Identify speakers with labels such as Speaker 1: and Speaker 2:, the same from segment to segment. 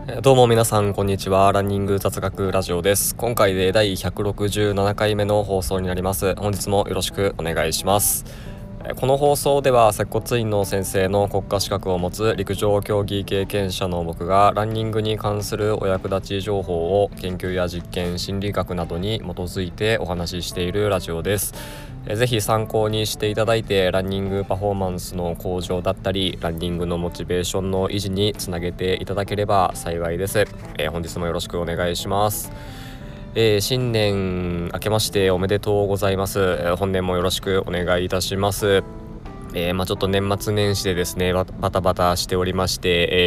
Speaker 1: どうも皆さんこんにちは。ランニング雑学ラジオです。今回で第167回目の放送になります。本日もよろしくお願いします。この放送では接骨院の先生の国家資格を持つ陸上競技経験者の僕がランニングに関するお役立ち情報を研究や実験、心理学などに基づいてお話ししているラジオです。ぜひ参考にしていただいてランニングパフォーマンスの向上だったりランニングのモチベーションの維持につなげていただければ幸いです。本日もよろしくお願いします。新年明けましておめでとうございます。本年もよろしくお願いいたします。ちょっと年末年始でですねバタバタしておりまして、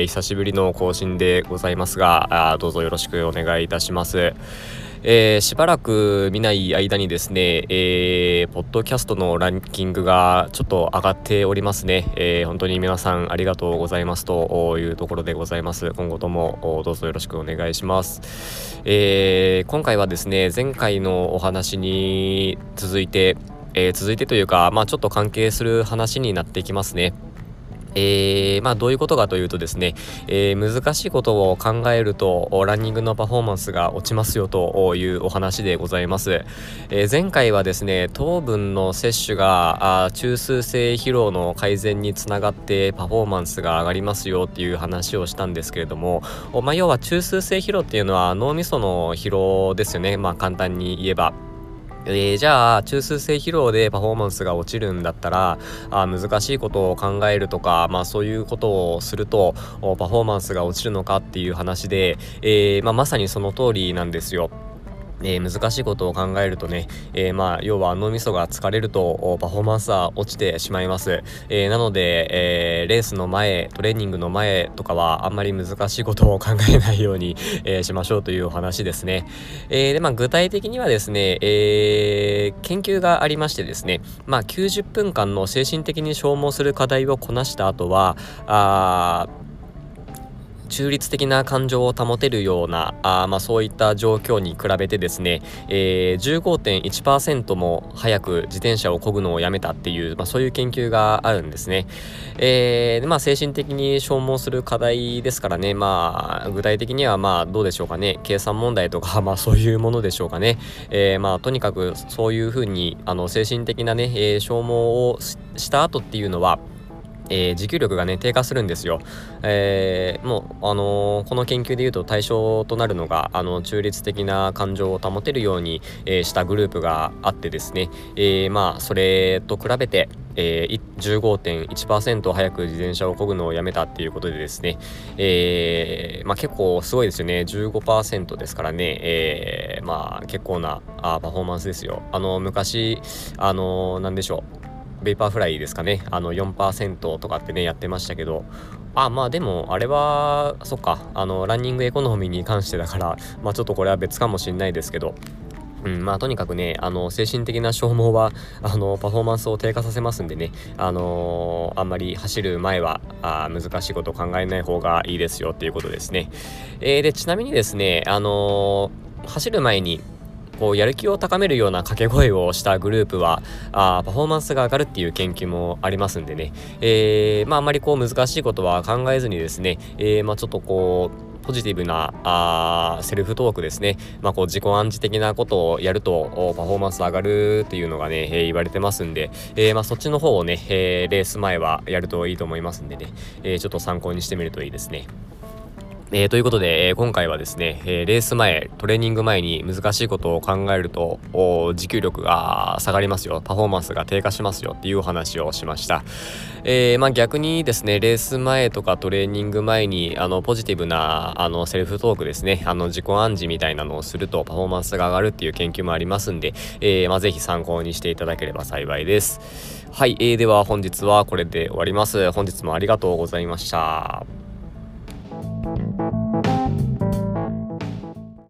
Speaker 1: 久しぶりの更新でございますがどうぞよろしくお願いいたします。しばらく見ない間にですね、ポッドキャストのランキングがちょっと上がっておりますね。本当に皆さんありがとうございますというところでございます。今後ともどうぞよろしくお願いします。今回はですね前回のお話に続いてというかちょっと関係する話になってきますね。どういうことかというとですね、難しいことを考えるとランニングのパフォーマンスが落ちますよというお話でございます。前回はですね糖分の摂取が中枢性疲労の改善につながってパフォーマンスが上がりますよっていう話をしたんですけれども、要は中枢性疲労っていうのは脳みその疲労ですよね。簡単に言えばじゃあ中枢性疲労でパフォーマンスが落ちるんだったら難しいことを考えるとか、そういうことをするとパフォーマンスが落ちるのかっていう話で、まさにその通りなんですよ。難しいことを考えるとね、要は脳みそが疲れるとパフォーマンスは落ちてしまいます。なので、レースの前トレーニングの前とかはあんまり難しいことを考えないように、しましょうというお話ですね。で具体的にはですね、研究がありましてですね、90分間の精神的に消耗する課題をこなした後は中立的な感情を保てるようなそういった状況に比べてですね、15.1% も早く自転車を漕ぐのをやめたっていう、そういう研究があるんですね。精神的に消耗する課題ですからね、具体的にはどうでしょうかね、計算問題とかそういうものでしょうかね。とにかくそういうふうに精神的なね、消耗をした後っていうのは持久力がね低下するんですよ。もうこの研究でいうと対象となるのが中立的な感情を保てるように、したグループがあってですね、それと比べて、15.1% 早く自転車を漕ぐのをやめたっていうことでですね、結構すごいですよね。 15% ですからね、結構なパフォーマンスですよ。昔なんでしょう、ベイパーフライですかね、4% とかってねやってましたけど、でもあれはそっかランニングエコノミーに関してだからちょっとこれは別かもしれないですけど、とにかくね精神的な消耗はパフォーマンスを低下させますんでね、あんまり走る前は難しいことを考えない方がいいですよっていうことですね。でちなみにですね走る前にやる気を高めるような掛け声をしたグループはパフォーマンスが上がるっていう研究もありますんでね、あんまり難しいことは考えずにですね、ちょっとポジティブなセルフトークですね、自己暗示的なことをやるとパフォーマンス上がるっていうのがね、言われてますんで、そっちの方をね、レース前はやるといいと思いますんでね、ちょっと参考にしてみるといいですね。ということで、今回はですね、レース前トレーニング前に難しいことを考えると持久力が下がりますよ、パフォーマンスが低下しますよっていうお話をしました。逆にですねレース前とかトレーニング前にポジティブなセルフトークですね、自己暗示みたいなのをするとパフォーマンスが上がるっていう研究もありますんで、ぜひ参考にしていただければ幸いです。はい、では本日はこれで終わります。本日もありがとうございました。